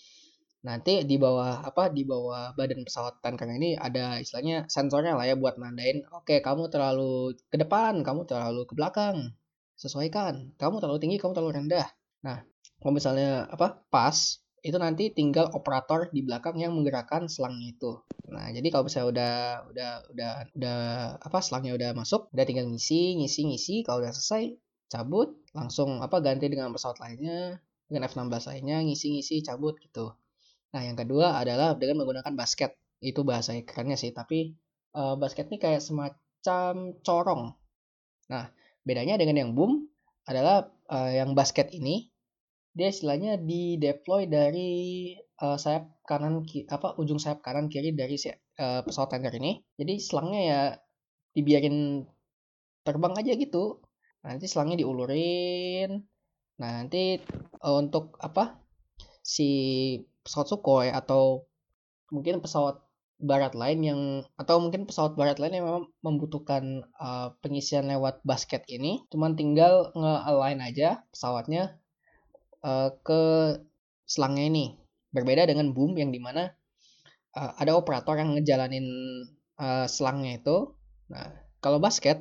Nanti di bawah apa di bawah badan pesawat tanker ini ada istilahnya sensornya lah ya buat nandain, oke kamu terlalu ke depan, kamu terlalu ke belakang, sesuaikan, kamu terlalu tinggi, kamu terlalu rendah. Nah, kalau misalnya apa pas itu nanti tinggal operator di belakang yang menggerakkan selangnya itu. Nah, jadi kalau misalnya udah udah udah udah apa selangnya udah masuk, udah tinggal ngisi, ngisi, ngisi. Kalau udah selesai, cabut, langsung apa ganti dengan pesawat lainnya, dengan F enam belas lainnya, ngisi, ngisi, cabut gitu. Nah, yang kedua adalah dengan menggunakan basket. Itu bahasa kerennya sih, tapi uh, basket ini kayak semacam corong. Nah, bedanya dengan yang boom adalah uh, yang basket ini dia istilahnya di deploy dari uh, sayap kanan ki, apa ujung sayap kanan kiri dari si, uh, pesawat tanker ini. Jadi selangnya ya dibiarin terbang aja gitu. Nanti selangnya diulurin. Nah, nanti uh, untuk apa si pesawat Sukhoi atau mungkin pesawat barat lain yang atau mungkin pesawat barat lain yang memang membutuhkan uh, pengisian lewat basket ini cuman tinggal nge-align aja pesawatnya uh, ke selangnya ini, berbeda dengan boom yang dimana uh, ada operator yang ngejalanin uh, selangnya itu. Nah, kalau basket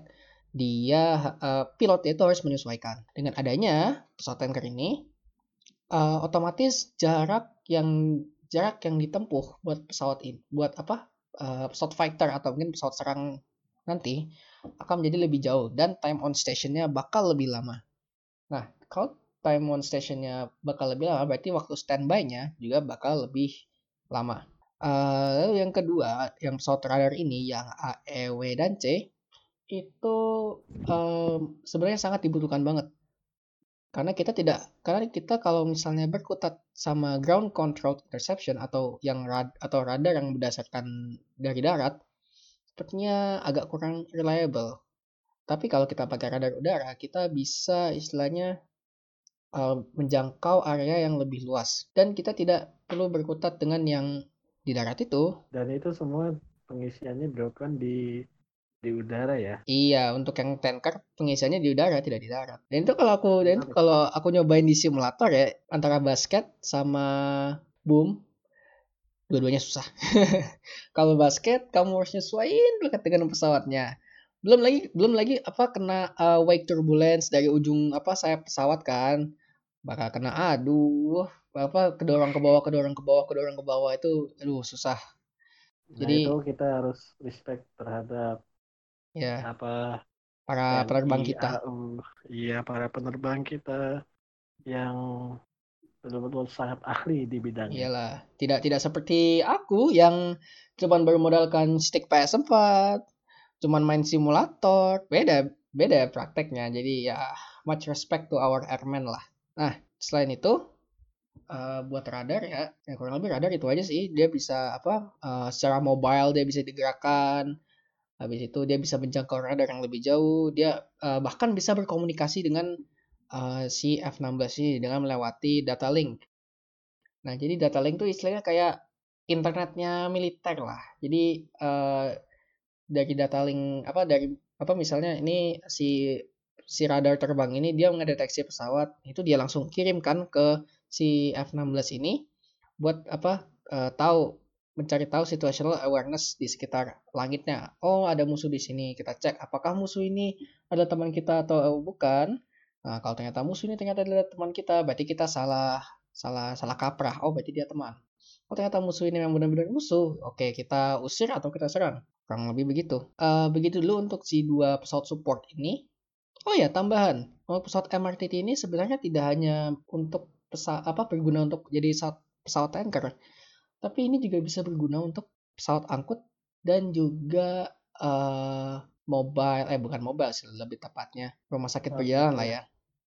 dia uh, pilot itu harus menyesuaikan dengan adanya pesawat tanker ini. Uh, otomatis jarak yang jarak yang ditempuh buat pesawat ini buat apa uh, pesawat fighter atau mungkin pesawat serang nanti akan menjadi lebih jauh dan time on stationnya bakal lebih lama. Nah, kalau time on stationnya bakal lebih lama berarti waktu standby-nya juga bakal lebih lama. Uh, lalu yang kedua, yang pesawat radar ini yang A, E, W, dan C itu um, sebenarnya sangat dibutuhkan banget karena kita tidak karena kita kalau misalnya berkutat sama ground control interception atau yang rad, atau radar yang berdasarkan dari darat sepertinya agak kurang reliable. Tapi kalau kita pakai radar udara, kita bisa istilahnya uh, menjangkau area yang lebih luas dan kita tidak perlu berkutat dengan yang di darat itu. Dan itu semua pengisiannya dilakukan di di udara ya. Iya, untuk yang tanker pengisiannya di udara tidak di darat. Dan itu kalau aku dan itu Menarik. kalau aku nyobain di simulator ya antara basket sama boom dua-duanya susah. Kalau basket kamu harus nyesuaiin dekat dengan pesawatnya. Belum lagi belum lagi apa kena uh, wake turbulence dari ujung apa sayap pesawat kan. Bakal kena aduh apa kedorong ke bawah kedorong ke bawah kedorong ke bawah itu aduh susah. Nah itu Jadi kita harus respect terhadap ya apa para penerbang T N I, kita A U, iya para penerbang kita yang betul-betul sangat ahli di bidangnya. iyalah tidak tidak seperti aku yang cuman bermodalkan stick P S empat, cuman main simulator, beda beda prakteknya. Jadi ya much respect to our airmen lah. Nah, selain itu uh, buat radar ya, ya kurang lebih radar itu aja sih. Dia bisa apa uh, secara mobile dia bisa digerakkan. Habis itu dia bisa menjangkau radar yang lebih jauh. Dia uh, bahkan bisa berkomunikasi dengan uh, si F enam belas ini dengan melewati data link. Nah, jadi data link tuh istilahnya kayak internetnya militer lah. Jadi uh, dari data link apa dari apa misalnya ini si si radar terbang ini dia mengedeteksi pesawat itu dia langsung kirimkan ke si F enam belas ini buat apa uh, tahu mencari tahu situational awareness di sekitar langitnya. Oh, ada musuh di sini. Kita cek apakah musuh ini adalah teman kita atau bukan. Nah, kalau ternyata musuh ini ternyata adalah teman kita, berarti kita salah salah salah kaprah. Oh, berarti dia teman. Oh, ternyata musuh ini memang benar-benar musuh. Oke, kita usir atau kita serang. Kurang lebih begitu. Uh, begitu dulu untuk si dua pesawat support ini. Oh ya, tambahan. Oh, pesawat M R T T ini sebenarnya tidak hanya untuk pesawat apa berguna untuk jadi pesawat tanker, tapi ini juga bisa berguna untuk pesawat angkut dan juga uh, mobile, eh bukan mobile sih, lebih tepatnya rumah sakit Oke, berjalan lah ya. ya.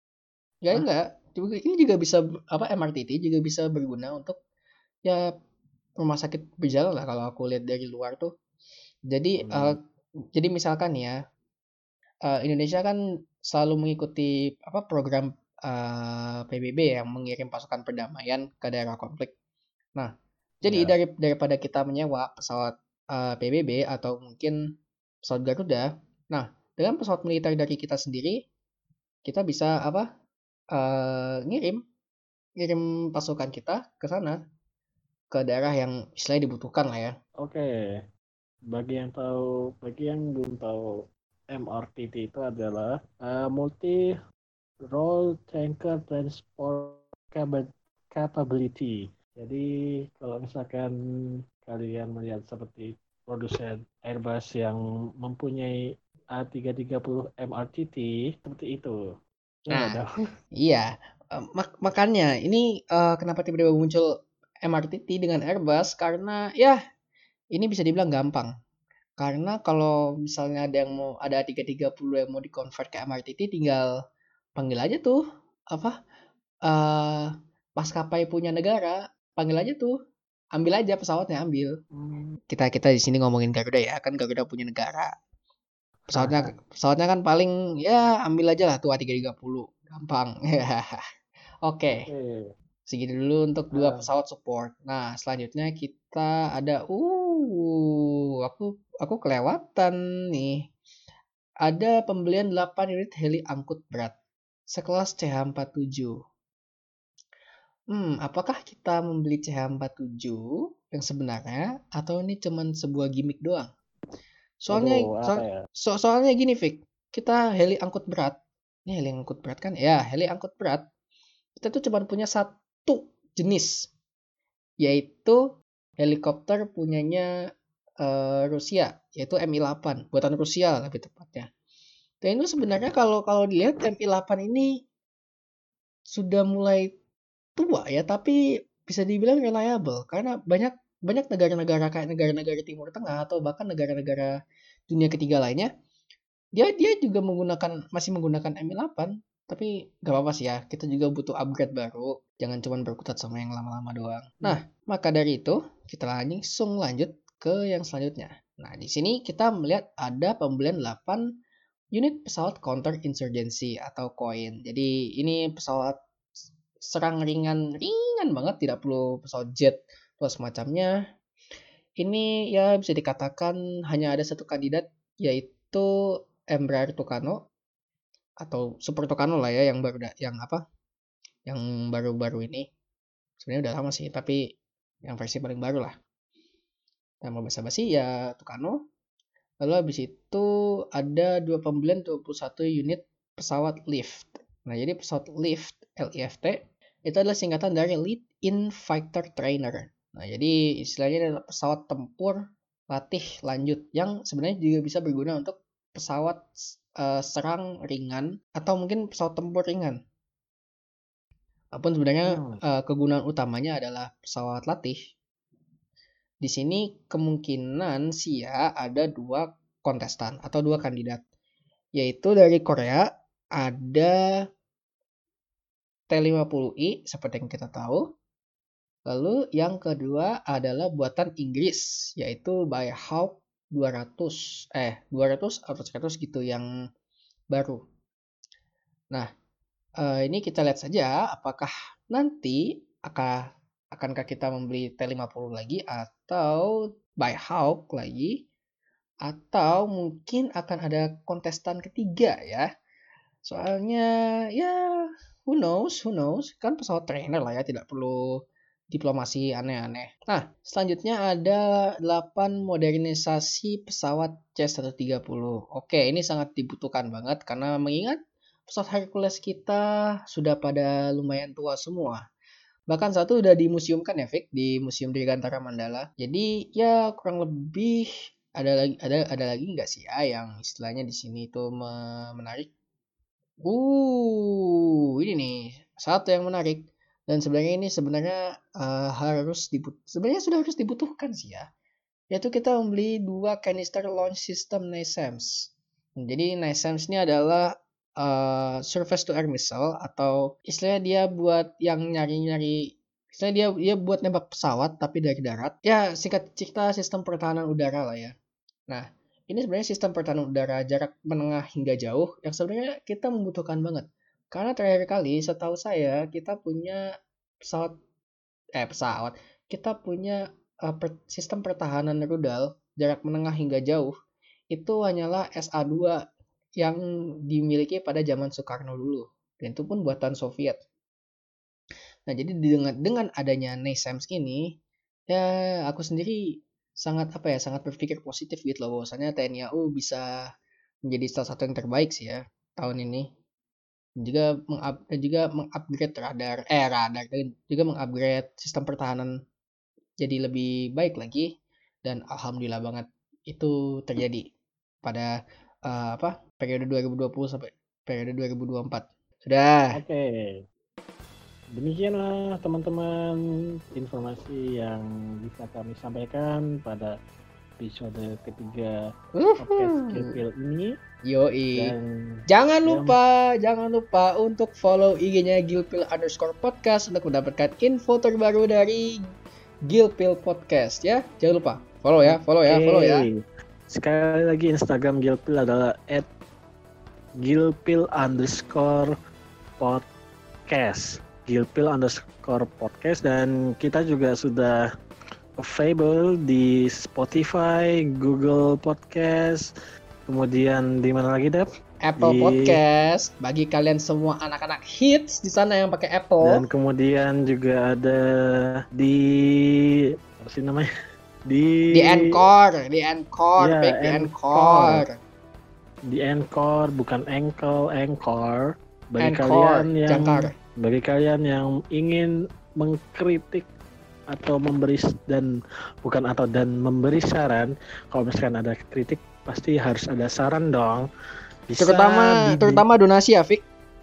Ya Hah? enggak, ini juga bisa apa M R T T juga bisa berguna untuk ya rumah sakit berjalan lah kalau aku lihat dari luar tuh. Jadi uh, Hmm. jadi misalkan ya uh, Indonesia kan selalu mengikuti apa program uh, P B B yang mengirim pasukan perdamaian ke daerah konflik. Nah, jadi Ya. dari daripada kita menyewa pesawat uh, P B B atau mungkin pesawat Garuda, nah dengan pesawat militer dari kita sendiri, kita bisa apa? Uh, ngirim ngirim pasukan kita ke sana, ke daerah yang istilahnya dibutuhkan lah ya. Oke, bagi yang tahu, bagi yang belum tahu, M R T T itu adalah uh, multi role tanker transport capability. Jadi kalau misalkan kalian melihat seperti produsen Airbus yang mempunyai A tiga tiga nol M R T T seperti itu. Ya nggak Nah, dong? iya, uh, mak makanya ini uh, kenapa tiba-tiba muncul M R T T dengan Airbus karena ya ini bisa dibilang gampang. Karena kalau misalnya ada yang mau ada A tiga tiga nol yang mau dikonvert ke M R T T, tinggal panggil aja tuh apa uh, maskapai punya negara, panggil aja tuh, ambil aja pesawatnya ambil. Hmm. Kita kita di sini ngomongin Garuda ya, kan Garuda punya negara. Pesawatnya pesawatnya kan paling ya ambil aja lah tuh A tiga tiga nol, gampang. Oke, Oke. segitu dulu untuk dua Uh, pesawat support. Nah, selanjutnya kita ada uh aku aku kelewatan nih. Ada pembelian delapan unit heli angkut berat sekelas C H empat puluh tujuh. Hmm, apakah kita membeli C H empat puluh tujuh yang sebenarnya atau ini cuman sebuah gimmick doang? Soalnya Waduh, so, apa ya? so- soalnya gini, Vic. Kita heli angkut berat. Ini heli angkut berat kan? Ya, heli angkut berat. Kita tuh cuma punya satu jenis, yaitu helikopter punyanya eh, Rusia, yaitu M I delapan, buatan Rusia lebih tepatnya. Dan itu sebenarnya kalau kalau dilihat M I delapan ini sudah mulai tua ya, tapi bisa dibilang reliable karena banyak banyak negara-negara kayak negara-negara Timur Tengah atau bahkan negara-negara dunia ketiga lainnya, dia dia juga menggunakan masih menggunakan M I delapan. Tapi gak apa-apa sih ya, kita juga butuh upgrade baru, jangan cuma berkutat sama yang lama-lama doang. Nah, maka dari itu kita langsung lanjut ke yang selanjutnya. Nah, di sini kita melihat ada pembelian delapan unit pesawat counter insurgency atau koin. Jadi ini pesawat serang ringan ringan banget, tidak perlu pesawat jet atau semacamnya. Ini ya bisa dikatakan hanya ada satu kandidat, yaitu Embraer Tucano atau Super Tucano lah ya, yang baru yang apa yang baru-baru ini. Sebenarnya udah lama sih, tapi yang versi paling baru lah. Yang mau basa-basi ya Tucano. Lalu habis itu ada dua pembelian dua puluh satu unit pesawat lift. Nah, jadi pesawat lift L I F T itu adalah singkatan dari Lead In Fighter Trainer. Nah, jadi istilahnya adalah pesawat tempur latih lanjut yang sebenarnya juga bisa berguna untuk pesawat uh, serang ringan atau mungkin pesawat tempur ringan. Walaupun sebenarnya Hmm. uh, kegunaan utamanya adalah pesawat latih. Di sini kemungkinan sih ya ada dua kontestan atau dua kandidat. Yaitu dari Korea ada T lima puluh I seperti yang kita tahu. Lalu yang kedua adalah buatan Inggris, yaitu by Hawk dua ratus eh dua ratus atau seratus gitu yang baru. Nah, eh, ini kita lihat saja apakah nanti akan akankah kita membeli T lima puluh lagi atau by Hawk lagi, atau mungkin akan ada kontestan ketiga ya. Soalnya ya who knows, who knows, kan pesawat trainer lah ya, tidak perlu diplomasi aneh-aneh. Nah, selanjutnya ada delapan modernisasi pesawat C seratus tiga puluh. Oke, ini sangat dibutuhkan banget karena mengingat pesawat Hercules kita sudah pada lumayan tua semua. Bahkan satu udah dimuseumkan ya, Vic, di Museum Dirgantara Mandala. Jadi ya kurang lebih ada lagi ada ada lagi nggak sih ya yang istilahnya di sini itu menarik. Uh, ini nih satu yang menarik, dan sebenarnya ini sebenarnya uh, harus dibut sebenarnya sudah harus dibutuhkan sih ya. Yaitu kita membeli dua canister launch system NASAMS. Jadi NASAMS ini adalah uh, surface to air missile atau istilahnya dia buat yang nyari-nyari, istilahnya dia dia buat nembak pesawat tapi dari darat. Ya singkat cerita sistem pertahanan udara lah ya. Nah, ini sebenarnya sistem pertahanan udara jarak menengah hingga jauh yang sebenarnya kita membutuhkan banget. Karena terakhir kali setahu saya kita punya pesawat eh pesawat kita punya uh, per- sistem pertahanan rudal jarak menengah hingga jauh itu hanyalah S A dua yang dimiliki pada zaman Soekarno dulu, dan itu pun buatan Soviet. Nah, jadi dengan dengan adanya NASAMS ini, ya aku sendiri sangat apa ya, sangat berpikir positif gitu loh, bahwasanya T N I A U bisa menjadi salah satu yang terbaik sih ya tahun ini. Dan juga meng dan juga mengupgrade radar, eh radar, dan juga mengupgrade sistem pertahanan jadi lebih baik lagi. Dan alhamdulillah banget itu terjadi pada eh, apa periode dua ribu dua puluh sampai periode dua ribu dua puluh empat. Sudah. Oke, demikianlah teman-teman informasi yang bisa kami sampaikan pada episode ketiga podcast Gilpil ini. Yoi. Dan jangan lupa, yang... jangan lupa untuk follow I G-nya Gilpil underscore podcast untuk mendapatkan info terbaru dari Gilpil Podcast ya. Jangan lupa follow ya, follow ya, follow ya. Sekali lagi Instagram Gilpil adalah at Gilpil underscore podcast. Gilpil underscore podcast, dan kita juga sudah available di Spotify, Google Podcast, kemudian di mana lagi, Dap? Apple di... Podcast bagi kalian semua anak-anak hits di sana yang pakai Apple. Dan kemudian juga ada di apa sih namanya? Di di Anchor, di Anchor, ya, baik di Anchor. Di Anchor, bukan Anchor, Anchor. Bagi Anchor, kalian yang jangkar. Bagi kalian yang ingin mengkritik atau memberi dan bukan atau dan memberi saran, kalau misalkan ada kritik pasti harus ada saran dong. Bisa terutama di, terutama donasi ya, Fik.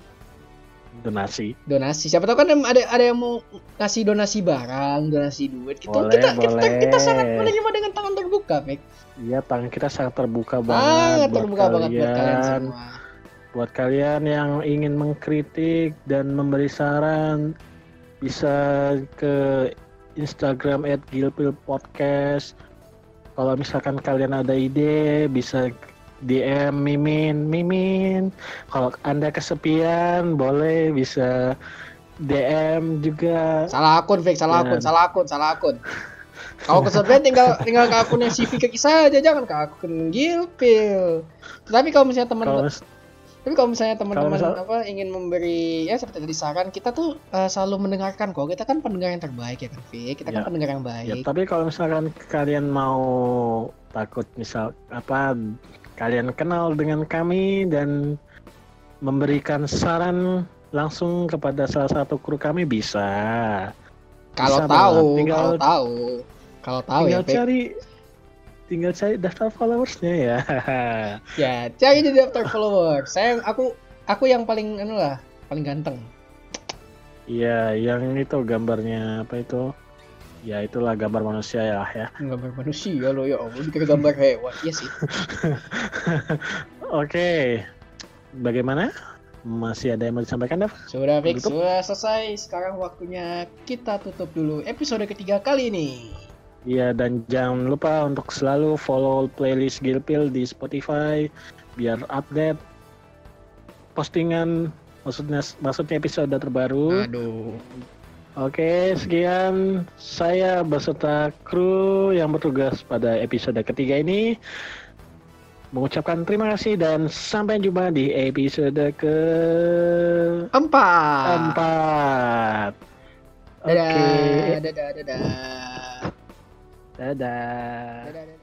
Donasi. Donasi. Siapa tahu kan ada ada yang mau ngasih donasi barang, donasi duit gitu. Boleh, kita, boleh. kita kita sangat menerima dengan tangan terbuka, Fik. Iya, tangan kita sangat terbuka banget. Sangat terbuka buat banget kalian. buat kalian semua. Buat kalian yang ingin mengkritik dan memberi saran, bisa ke Instagram at Gilpil Podcast. Kalau misalkan kalian ada ide, bisa D M Mimin. Mimin. Kalau Anda kesepian, boleh bisa D M juga. Salah akun, Fik. Salah dan... akun, salah akun, salah akun. Kalau kesepian tinggal tinggal ke akunnya si Fik saja, jangan ke akun Gilpil. Tapi kalau misalnya teman kalau... Tapi kalau misalnya teman-teman misal... apa ingin memberi ya seperti tadi saran, kita tuh uh, selalu mendengarkan kok. Kita kan pendengar yang terbaik ya kan, Fik. Kita ya, kan pendengar yang baik. Ya, tapi kalau misalkan kalian mau takut misal apa kalian kenal dengan kami dan memberikan saran langsung kepada salah satu kru kami bisa. Kalau bisa tahu, tinggal, kalau tahu, kalau tahu tinggal ya, cari tinggal cari daftar followersnya ya. Ya, cari di daftar followers. Saya aku aku yang paling anu lah, paling ganteng. Iya, yang itu gambarnya apa itu? Ya itulah gambar manusia ya ya. Gambar manusia loh ya, Allah dikira gambar hewan. Iya sih. Oke. Bagaimana? Masih ada yang mau disampaikan, Dev? Sudah fix, sudah selesai. Sekarang waktunya kita tutup dulu episode ketiga kali ini. Iya, dan jangan lupa untuk selalu follow playlist Gilpil di Spotify biar update postingan, maksudnya maksudnya episode terbaru. Aduh. Oke, sekian saya beserta kru yang bertugas pada episode ketiga ini mengucapkan terima kasih dan sampai jumpa di episode ke empat. Empat. Dadah, Oke. dadah, dadah. Dadah. Dadah.